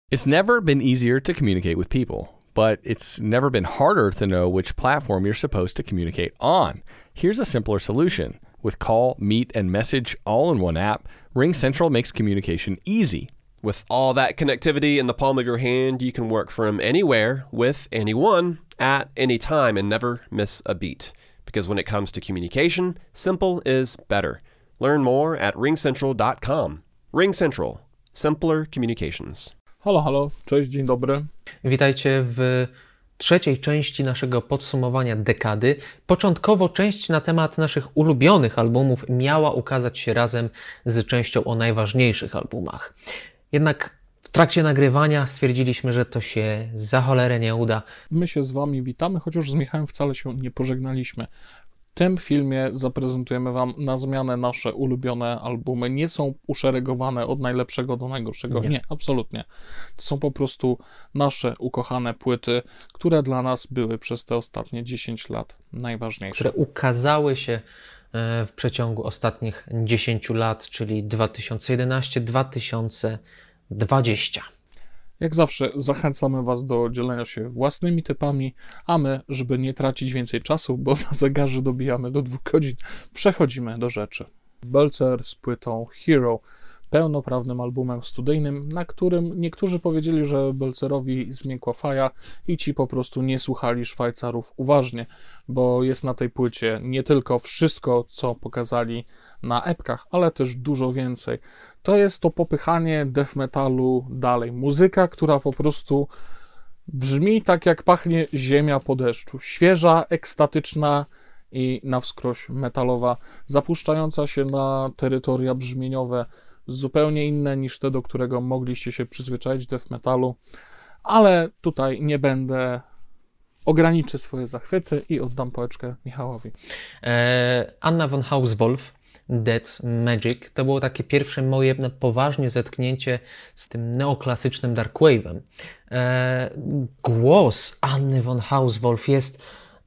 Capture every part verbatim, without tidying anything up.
It's never been easier to communicate with people, but it's never been harder to know which platform you're supposed to communicate on. Here's a simpler solution. With call, meet, and message all in one app, RingCentral makes communication easy. With all that connectivity in the palm of your hand, you can work from anywhere, with anyone, at any time, and never miss a beat. Because when it comes to communication, simple is better. Learn more at ring central dot com. RingCentral. Simpler communications. Halo, halo, cześć, dzień dobry. Witajcie w trzeciej części naszego podsumowania dekady. Początkowo część na temat naszych ulubionych albumów miała ukazać się razem z częścią o najważniejszych albumach. Jednak w trakcie nagrywania stwierdziliśmy, że to się za cholerę nie uda. My się z Wami witamy, chociaż z Michałem wcale się nie pożegnaliśmy. W tym filmie zaprezentujemy Wam na zmianę nasze ulubione albumy. Nie są uszeregowane od najlepszego do najgorszego. Nie, nie absolutnie. To są po prostu nasze ukochane płyty, które dla nas były przez te ostatnie dziesięć lat najważniejsze. Które ukazały się w przeciągu ostatnich dziesięciu lat, czyli dwa tysiące jedenasty do dwa tysiące dwudziestego. Jak zawsze zachęcamy Was do dzielenia się własnymi typami, a my, żeby nie tracić więcej czasu, bo na zegarze dobijamy do dwóch godzin, przechodzimy do rzeczy. Belzer z płytą Hero, pełnoprawnym albumem studyjnym, na którym niektórzy powiedzieli, że Belzerowi zmiękła faja i ci po prostu nie słuchali Szwajcarów uważnie, bo jest na tej płycie nie tylko wszystko, co pokazali na epkach, ale też dużo więcej. To jest to popychanie death metalu dalej. Muzyka, która po prostu brzmi tak, jak pachnie ziemia po deszczu. Świeża, ekstatyczna i na wskroś metalowa, zapuszczająca się na terytoria brzmieniowe zupełnie inne niż te, do którego mogliście się przyzwyczaić w death metalu, ale tutaj nie będę, ograniczę swoje zachwyty i oddam pałeczkę Michałowi. E, Anna von Hauswolf, Dead Magic, to było takie pierwsze moje poważnie zetknięcie z tym neoklasycznym darkwave'em. E, głos Anny von Hauswolf jest...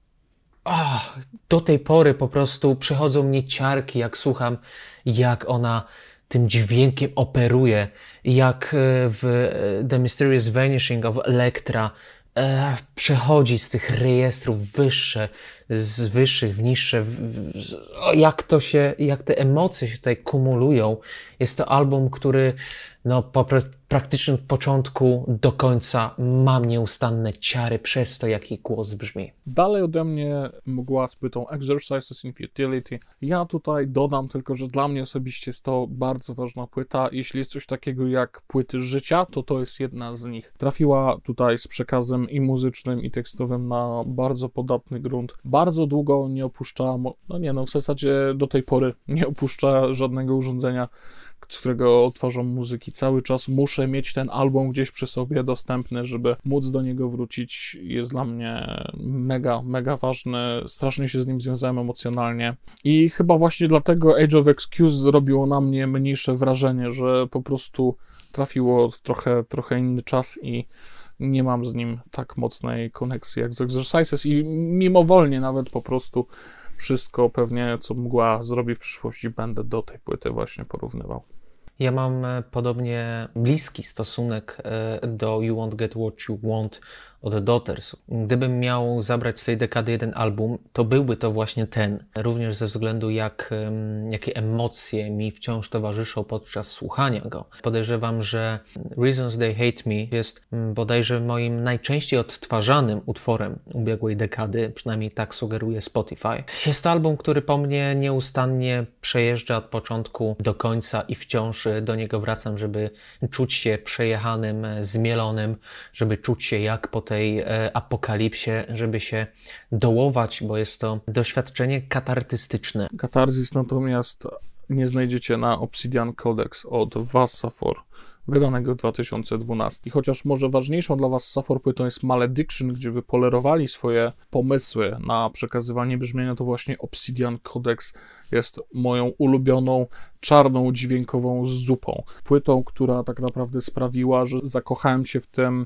Oh, do tej pory po prostu przychodzą mnie ciarki, jak słucham, jak ona tym dźwiękiem operuje, jak w The Mysterious Vanishing of Elektra e, przechodzi z tych rejestrów wyższe, z wyższych w niższe, w, w, jak to się, jak te emocje się tutaj kumulują. Jest to album, który no, po praktycznym początku do końca mam nieustanne ciary przez to, jaki głos brzmi. Dalej ode mnie mgła z płytą Exercises in Futility. Ja tutaj dodam tylko, że dla mnie osobiście jest to bardzo ważna płyta. Jeśli jest coś takiego jak płyty życia, to to jest jedna z nich. Trafiła tutaj z przekazem i muzycznym, i tekstowym na bardzo podatny grunt. Bardzo długo nie opuszcza, no nie no, w zasadzie do tej pory nie opuszcza żadnego urządzenia, z którego odtwarzam muzyki. Cały czas muszę mieć ten album gdzieś przy sobie dostępny, żeby móc do niego wrócić. Jest dla mnie mega, mega ważny. Strasznie się z nim związałem emocjonalnie. I chyba właśnie dlatego Age of Excuse zrobiło na mnie mniejsze wrażenie, że po prostu trafiło w trochę, trochę inny czas i nie mam z nim tak mocnej koneksji jak z Exercises i mimowolnie nawet po prostu wszystko pewnie, co mgła zrobi w przyszłości, będę do tej płyty właśnie porównywał. Ja mam podobnie bliski stosunek do You Won't Get What You Want od Daughters. Gdybym miał zabrać z tej dekady jeden album, to byłby to właśnie ten. Również ze względu, jak, jakie emocje mi wciąż towarzyszą podczas słuchania go. Podejrzewam, że Reasons They Hate Me jest bodajże moim najczęściej odtwarzanym utworem ubiegłej dekady, przynajmniej tak sugeruje Spotify. Jest to album, który po mnie nieustannie przejeżdża od początku do końca i wciąż do niego wracam, żeby czuć się przejechanym, zmielonym, żeby czuć się jak po tej e, apokalipsie, żeby się dołować, bo jest to doświadczenie katartystyczne. Katarzis natomiast nie znajdziecie na Obsidian Codex od Was Safor, wydanego w dwa tysiące dwunastym. I chociaż może ważniejszą dla Was Safor płytą jest Malediction, gdzie wypolerowali swoje pomysły na przekazywanie brzmienia, to właśnie Obsidian Codex jest moją ulubioną, czarną, dźwiękową zupą. Płytą, która tak naprawdę sprawiła, że zakochałem się w tym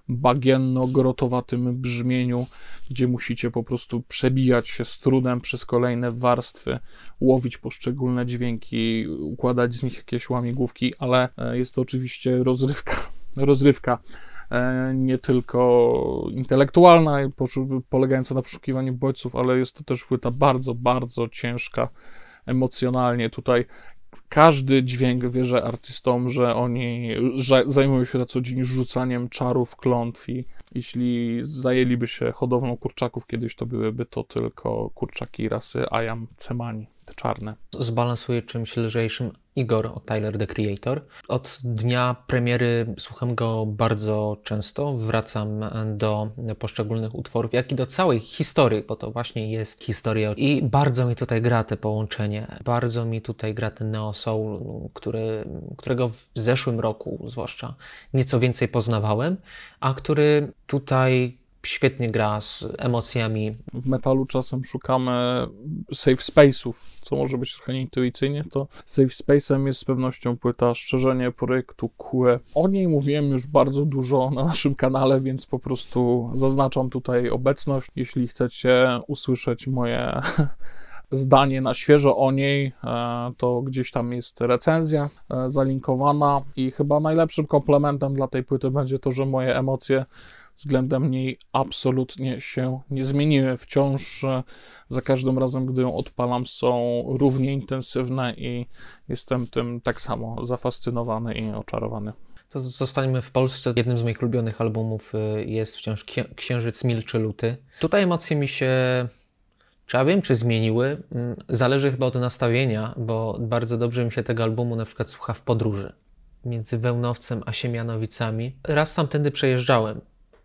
bagienno-grotowatym brzmieniu, gdzie musicie po prostu przebijać się z trudem przez kolejne warstwy, łowić poszczególne dźwięki, układać z nich jakieś łamigłówki, ale jest to oczywiście rozrywka rozrywka nie tylko intelektualna, polegająca na poszukiwaniu bodźców, ale jest to też płyta bardzo, bardzo ciężka emocjonalnie. Tutaj każdy dźwięk wierzy artystom, że oni że zajmują się na co dzień rzucaniem czarów, klątw i jeśli zajęliby się hodowlą kurczaków kiedyś, to byłyby to tylko kurczaki rasy Ayam Cemani, te czarne. Zbalansuje czymś lżejszym Igor od Tyler, the Creator. Od dnia premiery słucham go bardzo często, wracam do poszczególnych utworów, jak i do całej historii, bo to właśnie jest historia i bardzo mi tutaj gra te połączenie, bardzo mi tutaj gra ten neo soul, który, którego w zeszłym roku zwłaszcza nieco więcej poznawałem, a który tutaj świetnie gra z emocjami. W metalu czasem szukamy safe space'ów, co może być trochę nieintuicyjnie, to safe space'em jest z pewnością płyta Strzeżenie projektu Q E. O niej mówiłem już bardzo dużo na naszym kanale, więc po prostu zaznaczam tutaj obecność. Jeśli chcecie usłyszeć moje zdanie na świeżo o niej, to gdzieś tam jest recenzja zalinkowana i chyba najlepszym komplementem dla tej płyty będzie to, że moje emocje względem niej absolutnie się nie zmieniły. Wciąż za każdym razem, gdy ją odpalam, są równie intensywne i jestem tym tak samo zafascynowany i oczarowany. To zostańmy w Polsce. Jednym z moich ulubionych albumów jest wciąż Księżyc Milczy Luty. Tutaj emocje mi się, czy ja wiem, czy zmieniły, zależy chyba od nastawienia, bo bardzo dobrze mi się tego albumu na przykład słucha w podróży między Wełnowcem a Siemianowicami. Raz tamtędy przejeżdżałem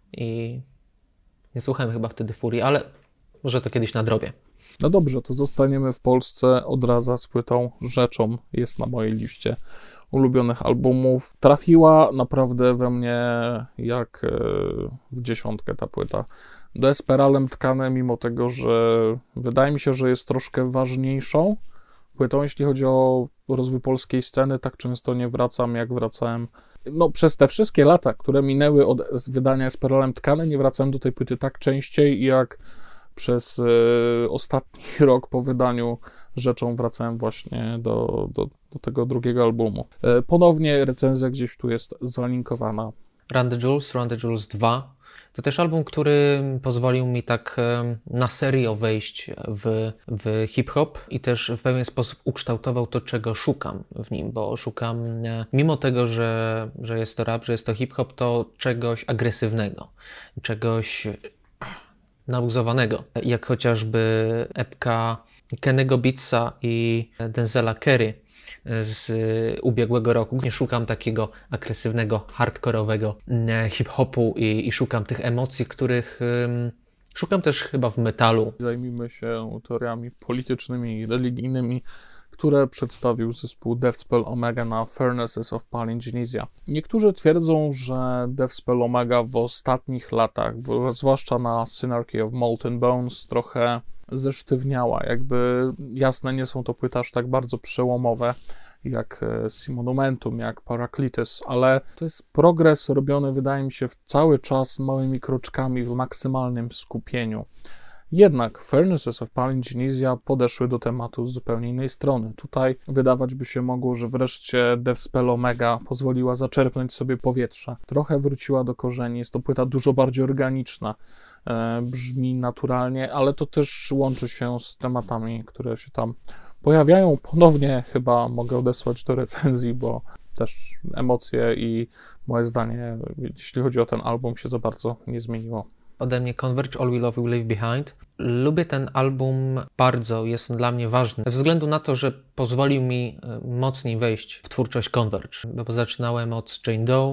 i nie słuchałem chyba wtedy Furii, ale może to kiedyś nadrobię. No dobrze, to zostaniemy w Polsce. Odraza z płytą Rzeczą jest na mojej liście ulubionych albumów. Trafiła naprawdę we mnie jak w dziesiątkę ta płyta. Desperalem tkane, mimo tego, że wydaje mi się, że jest troszkę ważniejszą płytą, jeśli chodzi o rozwój polskiej sceny. Tak często nie wracam, jak wracałem. No, przez te wszystkie lata, które minęły od wydania Desperalem tkane, nie wracałem do tej płyty tak częściej, jak przez y, ostatni rok po wydaniu Rzeczą wracałem właśnie do, do, do tego drugiego albumu. Y, ponownie recenzja gdzieś tu jest zalinkowana. Run the Jewels, Run the Jewels dwa. To też album, który pozwolił mi tak na serio wejść w, w hip-hop i też w pewien sposób ukształtował to, czego szukam w nim, bo szukam, mimo tego, że, że jest to rap, że jest to hip-hop, to czegoś agresywnego, czegoś naluzowanego, jak chociażby epka Kennego Beatsa i Denzela Curry z ubiegłego roku. Nie szukam takiego agresywnego, hardkorowego hip-hopu i, i szukam tych emocji, których um, szukam też chyba w metalu. Zajmijmy się teoriami politycznymi i religijnymi, które przedstawił zespół Deathspell Omega na Furnaces of Palingenesia. Niektórzy twierdzą, że Deathspell Omega w ostatnich latach, zwłaszcza na Synarchy of Molten Bones, trochę zesztywniała. Jakby jasne, nie są to płyty aż tak bardzo przełomowe jak Simonumentum, jak Paraclitus, ale to jest progres robiony, wydaje mi się, w cały czas małymi kroczkami w maksymalnym skupieniu. Jednak Furnaces of Palingenesia podeszły do tematu z zupełnie innej strony. Tutaj wydawać by się mogło, że wreszcie Deathspell Omega pozwoliła zaczerpnąć sobie powietrze. Trochę wróciła do korzeni. Jest to płyta dużo bardziej organiczna. E, brzmi naturalnie, ale to też łączy się z tematami, które się tam pojawiają. Ponownie chyba mogę odesłać do recenzji, bo też emocje i moje zdanie, jeśli chodzi o ten album, się za bardzo nie zmieniło. Ode mnie Converge, All We Love We Leave Behind. Lubię ten album bardzo, jest on dla mnie ważny, ze względu na to, że pozwolił mi mocniej wejść w twórczość Converge, bo zaczynałem od Jane Doe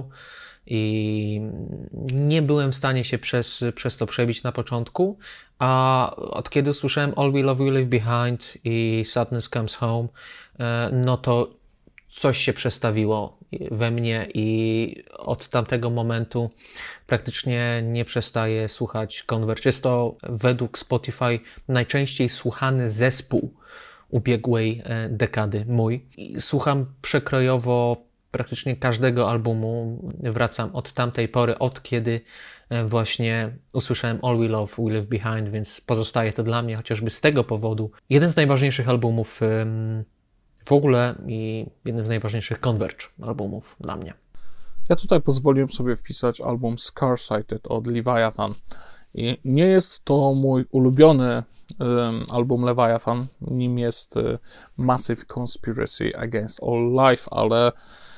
i nie byłem w stanie się przez, przez to przebić na początku, a od kiedy usłyszałem All We Love We Leave Behind i Sadness Comes Home, no to coś się przestawiło we mnie i od tamtego momentu praktycznie nie przestaję słuchać Converge. Jest to według Spotify najczęściej słuchany zespół ubiegłej dekady mój. Słucham przekrojowo praktycznie każdego albumu. Wracam od tamtej pory, od kiedy właśnie usłyszałem All We Love We Leave Behind, więc pozostaje to dla mnie chociażby z tego powodu jeden z najważniejszych albumów w ogóle i jednym z najważniejszych Converge albumów dla mnie. Ja tutaj pozwoliłem sobie wpisać album Scar-Sighted od Leviathan. I nie jest to mój ulubiony um, album Leviathan, nim jest y, Massive Conspiracy Against All Life, ale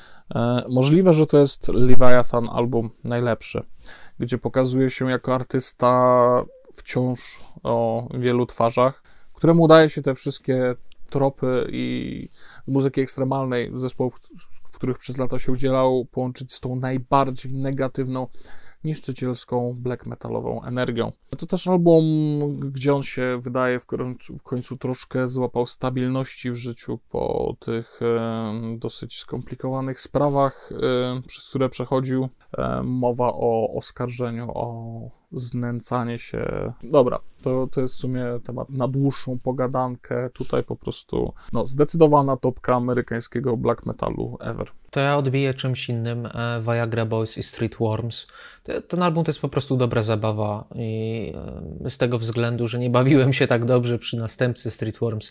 y, możliwe, że to jest Leviathan album najlepszy, gdzie pokazuje się jako artysta wciąż o wielu twarzach, któremu udaje się te wszystkie tropy i muzyki ekstremalnej zespołów, w których przez lata się udzielał, połączyć z tą najbardziej negatywną, niszczycielską black metalową energią. To też album, gdzie on się wydaje w końcu, w końcu troszkę złapał stabilności w życiu po tych e, dosyć skomplikowanych sprawach, e, przez które przechodził. E, mowa o oskarżeniu, o znęcanie się. Dobra, to, to jest w sumie temat na dłuższą pogadankę. Tutaj po prostu no, zdecydowana topka amerykańskiego black metalu ever. To ja odbiję czymś innym, e, Viagra Boys i Street Worms. Ten album to jest po prostu dobra zabawa i e, z tego względu, że nie bawiłem się tak dobrze przy następcy Street Worms,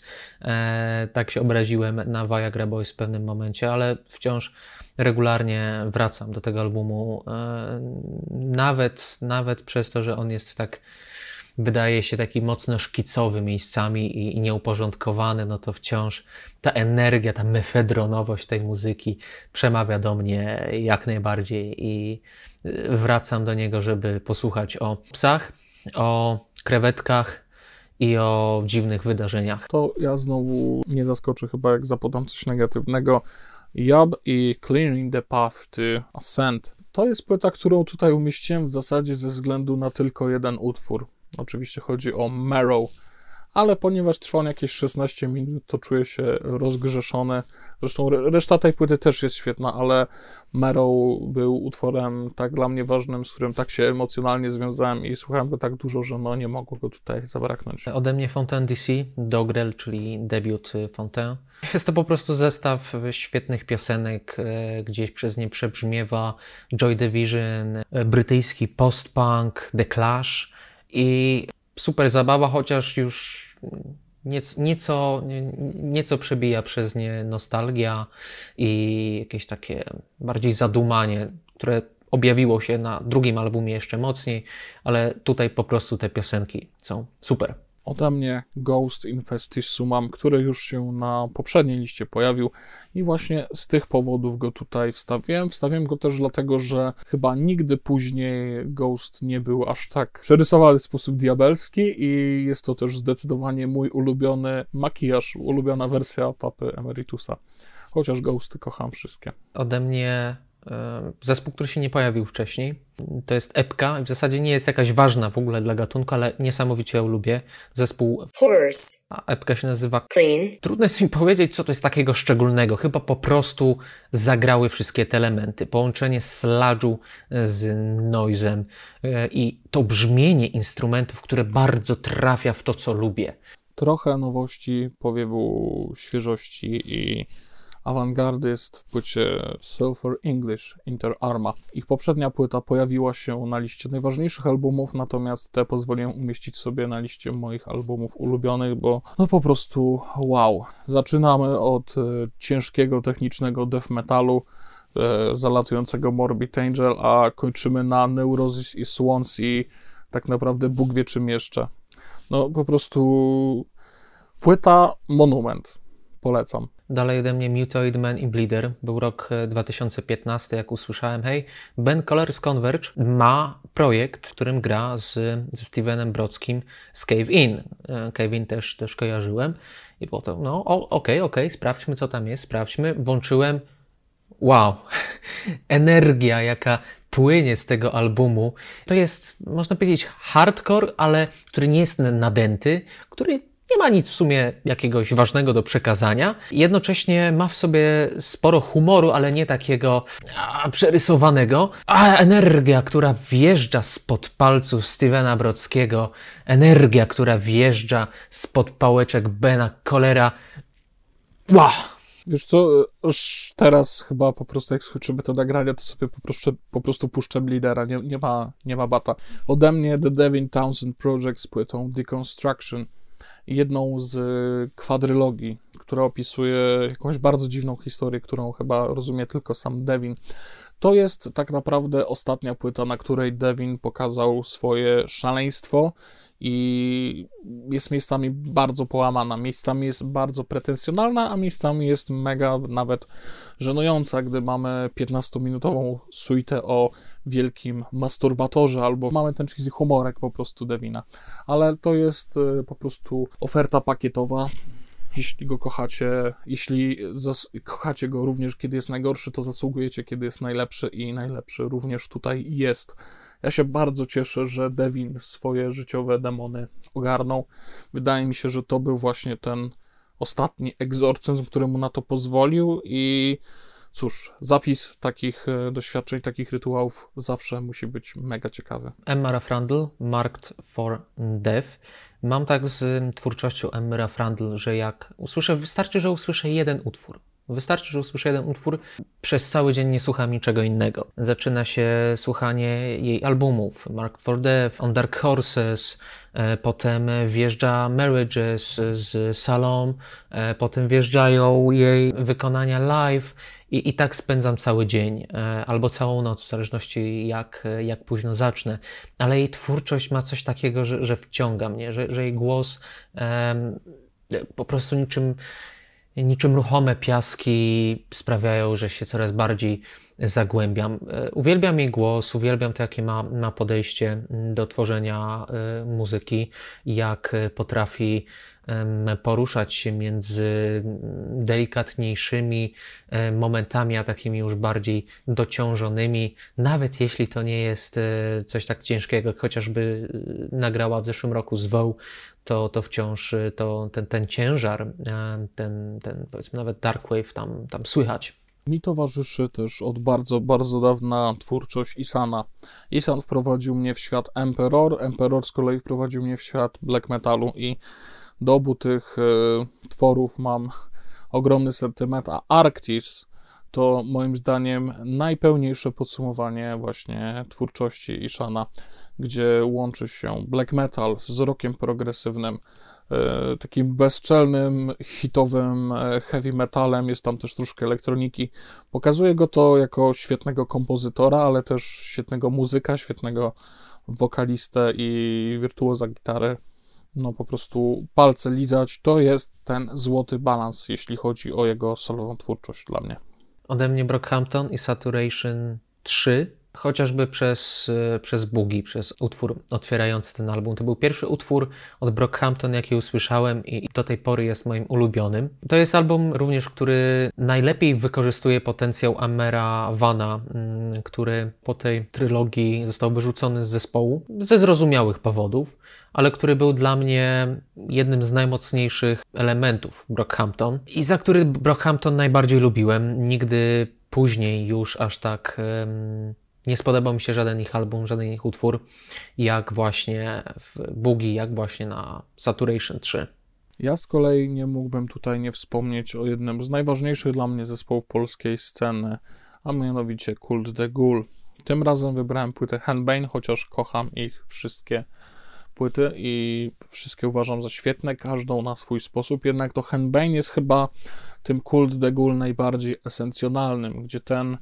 e, tak się obraziłem na Viagra Boys w pewnym momencie, ale wciąż regularnie wracam do tego albumu, e, nawet, nawet przez to, że on jest tak, wydaje się taki mocno szkicowy miejscami i, i nieuporządkowany, no to wciąż ta energia, ta mefedronowość tej muzyki przemawia do mnie jak najbardziej i wracam do niego, żeby posłuchać o psach, o krewetkach i o dziwnych wydarzeniach. To ja znowu nie zaskoczę chyba, jak zapodam coś negatywnego. Job i Clearing the Path to Ascent. To jest płyta, którą tutaj umieściłem w zasadzie ze względu na tylko jeden utwór. Oczywiście chodzi o Marrow, ale ponieważ trwa on jakieś szesnaście minut, to czuję się rozgrzeszony. Zresztą reszta tej płyty też jest świetna, ale Marrow był utworem tak dla mnie ważnym, z którym tak się emocjonalnie związałem i słuchałem go tak dużo, że no nie mogło go tutaj zabraknąć. Ode mnie Fontaine D C, Dogrel, czyli debiut Fontaine. Jest to po prostu zestaw świetnych piosenek, gdzieś przez nie przebrzmiewa Joy Division, brytyjski post-punk, The Clash i super zabawa, chociaż już nieco, nieco, nieco przebija przez nie nostalgia i jakieś takie bardziej zadumanie, które objawiło się na drugim albumie jeszcze mocniej, ale tutaj po prostu te piosenki są super. Ode mnie Ghost Infestissumam, który już się na poprzedniej liście pojawił i właśnie z tych powodów go tutaj wstawiłem. Wstawiłem go też dlatego, że chyba nigdy później Ghost nie był aż tak przerysowany w sposób diabelski i jest to też zdecydowanie mój ulubiony makijaż, ulubiona wersja Papy Emeritusa. Chociaż Ghosty kocham wszystkie. Ode mnie zespół, który się nie pojawił wcześniej. To jest epka i w zasadzie nie jest jakaś ważna w ogóle dla gatunku, ale niesamowicie ją lubię. Zespół Horse. A epka się nazywa Clean. Trudno jest mi powiedzieć, co to jest takiego szczególnego. Chyba po prostu zagrały wszystkie te elementy. Połączenie sludge'u z noizem i to brzmienie instrumentów, które bardzo trafia w to, co lubię. Trochę nowości, powiewu świeżości i awangardy jest w płycie Sulphur English Inter Arma. Ich poprzednia płyta pojawiła się na liście najważniejszych albumów, natomiast te pozwoliłem umieścić sobie na liście moich albumów ulubionych, bo no po prostu wow. Zaczynamy od e, ciężkiego, technicznego death metalu, e, zalatującego Morbid Angel, a kończymy na Neurosis i Swans i tak naprawdę Bóg wie czym jeszcze. No po prostu płyta monument. Polecam. Dalej ode mnie Mutoid Man i Bleeder. Był rok dwa tysiące piętnasty, jak usłyszałem, hej, Ben Koller z Converge ma projekt, w którym gra z, ze Stevenem Brodskim z Cave In. Cave In też, też kojarzyłem. I potem, no okej, okej, okay, okay, sprawdźmy co tam jest, sprawdźmy. Włączyłem, wow, energia jaka płynie z tego albumu. To jest, można powiedzieć, hardcore, ale który nie jest nadęty, który nie ma nic w sumie jakiegoś ważnego do przekazania. Jednocześnie ma w sobie sporo humoru, ale nie takiego a, przerysowanego. A energia, która wjeżdża spod palców Stevena Brodskiego, energia, która wjeżdża spod pałeczek Bena Kollera. Wow! Wiesz co, już teraz chyba po prostu jak skończymy to nagranie, to sobie po prostu, po prostu puszczę Bleedera, nie, nie, ma, nie ma bata. Ode mnie The Devin Townsend Project z płytą Deconstruction. Jedną z kwadrylogii, która opisuje jakąś bardzo dziwną historię, którą chyba rozumie tylko sam Devin. To jest tak naprawdę ostatnia płyta, na której Devin pokazał swoje szaleństwo i jest miejscami bardzo połamana, miejscami jest bardzo pretensjonalna, a miejscami jest mega nawet żenująca, gdy mamy piętnastominutową suitę o wielkim masturbatorze, albo mamy ten cheesy humorek po prostu Devina. Ale to jest y, po prostu oferta pakietowa. Jeśli go kochacie, jeśli zas- kochacie go również, kiedy jest najgorszy, to zasługujecie, kiedy jest najlepszy i najlepszy również tutaj jest. Ja się bardzo cieszę, że Devin swoje życiowe demony ogarnął. Wydaje mi się, że to był właśnie ten ostatni egzorcyzm, który mu na to pozwolił i cóż, zapis takich e, doświadczeń, takich rytuałów zawsze musi być mega ciekawy. Emma Raffrandl, Marked for Death. Mam tak z twórczością Emmy Raffrandl, że jak usłyszę, wystarczy, że usłyszę jeden utwór. Wystarczy, że usłyszę jeden utwór, przez cały dzień nie słucham niczego innego. Zaczyna się słuchanie jej albumów, Marked for Death, On Dark Horses, e, potem wjeżdża Marriages z Salome, e, potem wjeżdżają jej wykonania live i, i tak spędzam cały dzień, e, albo całą noc, w zależności jak, jak późno zacznę. Ale jej twórczość ma coś takiego, że, że wciąga mnie, że, że jej głos e, po prostu niczym Niczym ruchome piaski sprawiają, że się coraz bardziej zagłębiam. Uwielbiam jej głos, uwielbiam to, jakie ma, ma podejście do tworzenia muzyki, jak potrafi poruszać się między delikatniejszymi momentami, a takimi już bardziej dociążonymi, nawet jeśli to nie jest coś tak ciężkiego, jak chociażby nagrała w zeszłym roku z Vow, to, to wciąż to, ten, ten ciężar, ten, ten powiedzmy nawet Darkwave tam, tam słychać. Mi towarzyszy też od bardzo, bardzo dawna twórczość Ihsana. Ihsan wprowadził mnie w świat Emperor, Emperor z kolei wprowadził mnie w świat black metalu i do obu tych y, tworów mam ogromny sentyment, a Arctis to moim zdaniem najpełniejsze podsumowanie właśnie twórczości Ihsana, gdzie łączy się black metal z rockiem progresywnym, e, takim bezczelnym, hitowym heavy metalem, jest tam też troszkę elektroniki. Pokazuje go to jako świetnego kompozytora, ale też świetnego muzyka, świetnego wokalistę i wirtuoza gitary. No po prostu palce lizać, to jest ten złoty balans, jeśli chodzi o jego solową twórczość dla mnie. Ode mnie Brockhampton i Saturation trzy, chociażby przez, przez Boogie, przez utwór otwierający ten album. To był pierwszy utwór od Brockhampton, jaki usłyszałem i do tej pory jest moim ulubionym. To jest album również, który najlepiej wykorzystuje potencjał Ammera Vana, który po tej trylogii został wyrzucony z zespołu ze zrozumiałych powodów, ale który był dla mnie jednym z najmocniejszych elementów Brockhampton i za który Brockhampton najbardziej lubiłem. Nigdy później już aż tak um, nie spodobał mi się żaden ich album, żaden ich utwór, jak właśnie w Boogie, jak właśnie na Saturation trzy. Ja z kolei nie mógłbym tutaj nie wspomnieć o jednym z najważniejszych dla mnie zespołów polskiej sceny, a mianowicie Cult the Ghoul. Tym razem wybrałem płytę Henbane, chociaż kocham ich wszystkie płyty i wszystkie uważam za świetne, każdą na swój sposób, jednak to Henbane jest chyba tym Cult the Ghoul najbardziej esencjonalnym, gdzie ten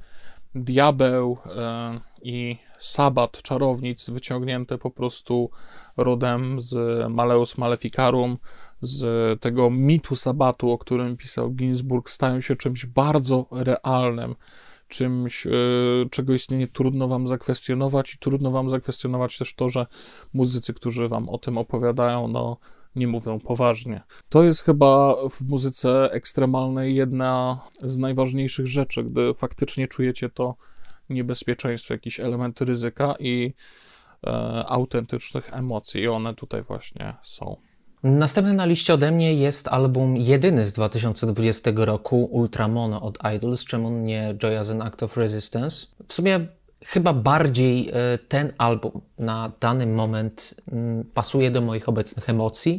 diabeł e, i sabat czarownic wyciągnięte po prostu rodem z Malleus Maleficarum, z tego mitu sabatu, o którym pisał Ginsburg, stają się czymś bardzo realnym, czymś, yy, czego istnienie trudno wam zakwestionować i trudno wam zakwestionować też to, że muzycy, którzy wam o tym opowiadają, no nie mówią poważnie. To jest chyba w muzyce ekstremalnej jedna z najważniejszych rzeczy, gdy faktycznie czujecie to niebezpieczeństwo, jakiś element ryzyka i e, autentycznych emocji i one tutaj właśnie są. Następny na liście ode mnie jest album jedyny z dwa tysiące dwudziestego roku, Ultramono od Idols, czemu nie Joy as an Act of Resistance. W sumie chyba bardziej ten album na dany moment pasuje do moich obecnych emocji.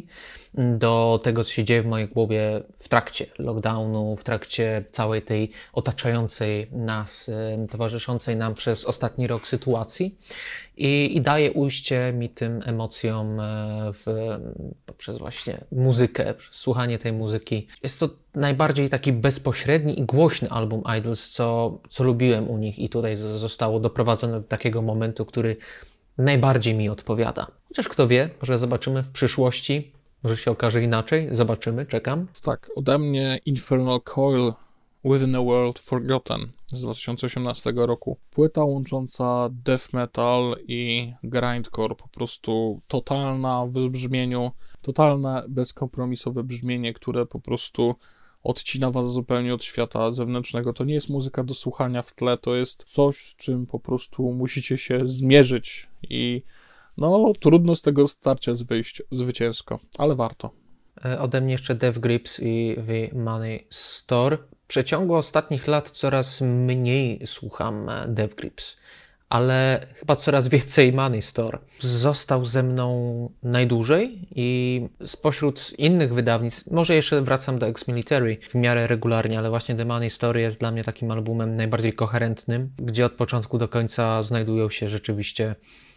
do tego, co się dzieje w mojej głowie w trakcie lockdownu, w trakcie całej tej otaczającej nas, towarzyszącej nam przez ostatni rok sytuacji i, i daje ujście mi tym emocjom w, poprzez właśnie muzykę, przez słuchanie tej muzyki. Jest to najbardziej taki bezpośredni i głośny album Idles, co, co lubiłem u nich i tutaj zostało doprowadzone do takiego momentu, który najbardziej mi odpowiada. Chociaż kto wie, może zobaczymy w przyszłości, może się okaże inaczej, zobaczymy, czekam. Tak, ode mnie Infernal Coil Within a World Forgotten z dwa tysiące osiemnastego roku. Płyta łącząca death metal i grindcore, po prostu totalna w brzmieniu, totalne bezkompromisowe brzmienie, które po prostu odcina was zupełnie od świata zewnętrznego. To nie jest muzyka do słuchania w tle, to jest coś, z czym po prostu musicie się zmierzyć i no, trudno z tego starcia wyjść zwycięsko, ale warto. Ode mnie jeszcze Death Grips i The Money Store. W przeciągu ostatnich lat coraz mniej słucham Death Grips, ale chyba coraz więcej Money Store. Został ze mną najdłużej i spośród innych wydawnictw, może jeszcze wracam do Ex-Military w miarę regularnie, ale właśnie The Money Store jest dla mnie takim albumem najbardziej koherentnym, gdzie od początku do końca znajdują się rzeczywiście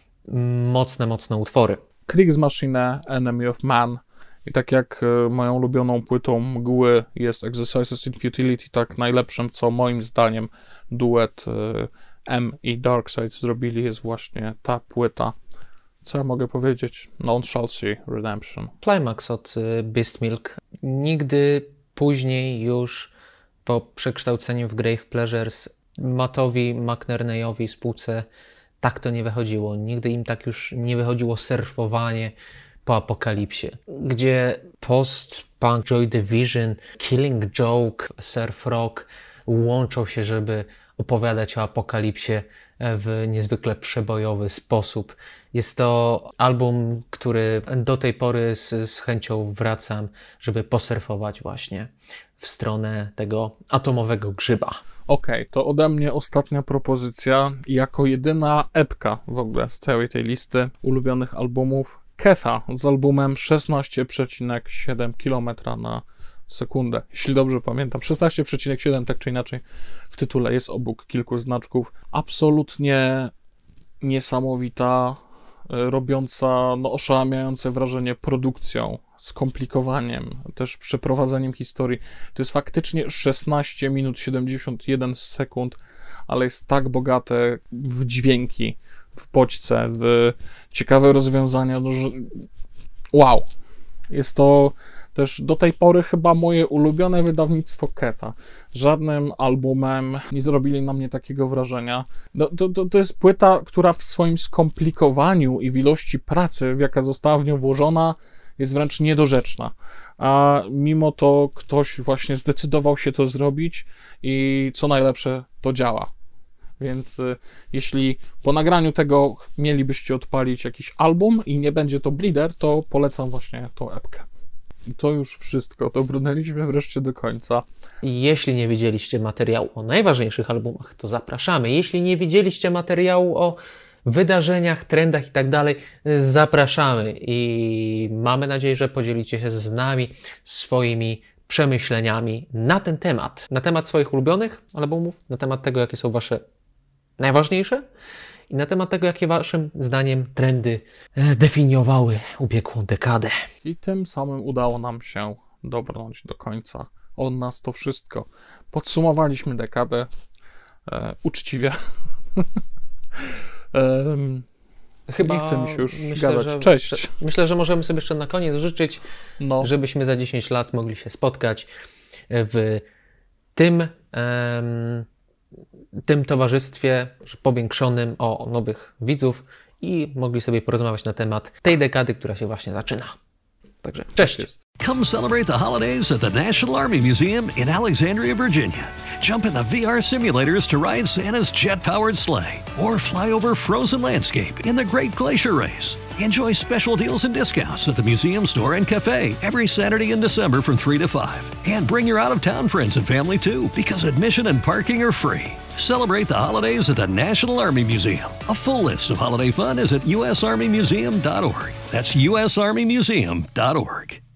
mocne, mocne utwory. Kriegsmaschine, Enemy of Man. I tak jak moją ulubioną płytą mgły jest Exercises in Futility, tak najlepszym, co moim zdaniem duet M i Darkseid zrobili, jest właśnie ta płyta. Co ja mogę powiedzieć? None Shall See Redemption. Climax od Beastmilk. Nigdy później już po przekształceniu w Grave Pleasures Mattowi McNerneyowi spółce tak to nie wychodziło. Nigdy im tak już nie wychodziło surfowanie po apokalipsie, gdzie post-punk, Joy Division, Killing Joke, Surf Rock łączą się, żeby opowiadać o apokalipsie w niezwykle przebojowy sposób. Jest to album, który do tej pory z, z chęcią wracam, żeby posurfować właśnie w stronę tego atomowego grzyba. Okej, okay, to ode mnie ostatnia propozycja. Jako jedyna epka w ogóle z całej tej listy ulubionych albumów, Ketha z albumem szesnaście przecinek siedem kilometra na sekundę. Jeśli dobrze pamiętam, szesnaście przecinek siedem, tak czy inaczej w tytule jest obok kilku znaczków. Absolutnie niesamowita, robiąca no, oszałamiające wrażenie produkcją, skomplikowaniem, też przeprowadzeniem historii. To jest faktycznie szesnaście minut siedemdziesiąt jeden sekund, ale jest tak bogate w dźwięki, w bodźce, w ciekawe rozwiązania. No, że... Wow! Jest to też do tej pory chyba moje ulubione wydawnictwo Ketha. Żadnym albumem nie zrobili na mnie takiego wrażenia. No, to, to, to jest płyta, która w swoim skomplikowaniu i w ilości pracy, w jaka została w nią włożona, jest wręcz niedorzeczna. A mimo to ktoś właśnie zdecydował się to zrobić i co najlepsze, to działa. Więc y, jeśli po nagraniu tego mielibyście odpalić jakiś album i nie będzie to Bleeder, to polecam właśnie tą epkę. I to już wszystko. Dobrnęliśmy wreszcie do końca. Jeśli nie widzieliście materiału o najważniejszych albumach, to zapraszamy. Jeśli nie widzieliście materiału o wydarzeniach, trendach i tak dalej, zapraszamy. I mamy nadzieję, że podzielicie się z nami swoimi przemyśleniami na ten temat. Na temat swoich ulubionych albumów, na temat tego, jakie są wasze najważniejsze i na temat tego, jakie waszym zdaniem trendy definiowały ubiegłą dekadę. I tym samym udało nam się dobrnąć do końca. Od nas to wszystko. Podsumowaliśmy dekadę e, uczciwie. um, Chyba nie chcę mi się już myślę, gadać. że, Cześć. Myślę, że możemy sobie jeszcze na koniec życzyć, no. żebyśmy za dziesięć lat mogli się spotkać w tym um, tym towarzystwie powiększonym o nowych widzów i mogli sobie porozmawiać na temat tej dekady, która się właśnie zaczyna. Także cześć! Come celebrate the holidays at the National Army Museum in Alexandria, Virginia. Jump in the V R simulators to ride Santa's jet-powered sleigh or fly over frozen landscape in the Great Glacier Race. Enjoy special deals and discounts at the museum store and cafe every Saturday in December from three to five. And bring your out-of-town friends and family too, because admission and parking are free. Celebrate the holidays at the National Army Museum. A full list of holiday fun is at u s army museum dot org. That's u s army museum dot org.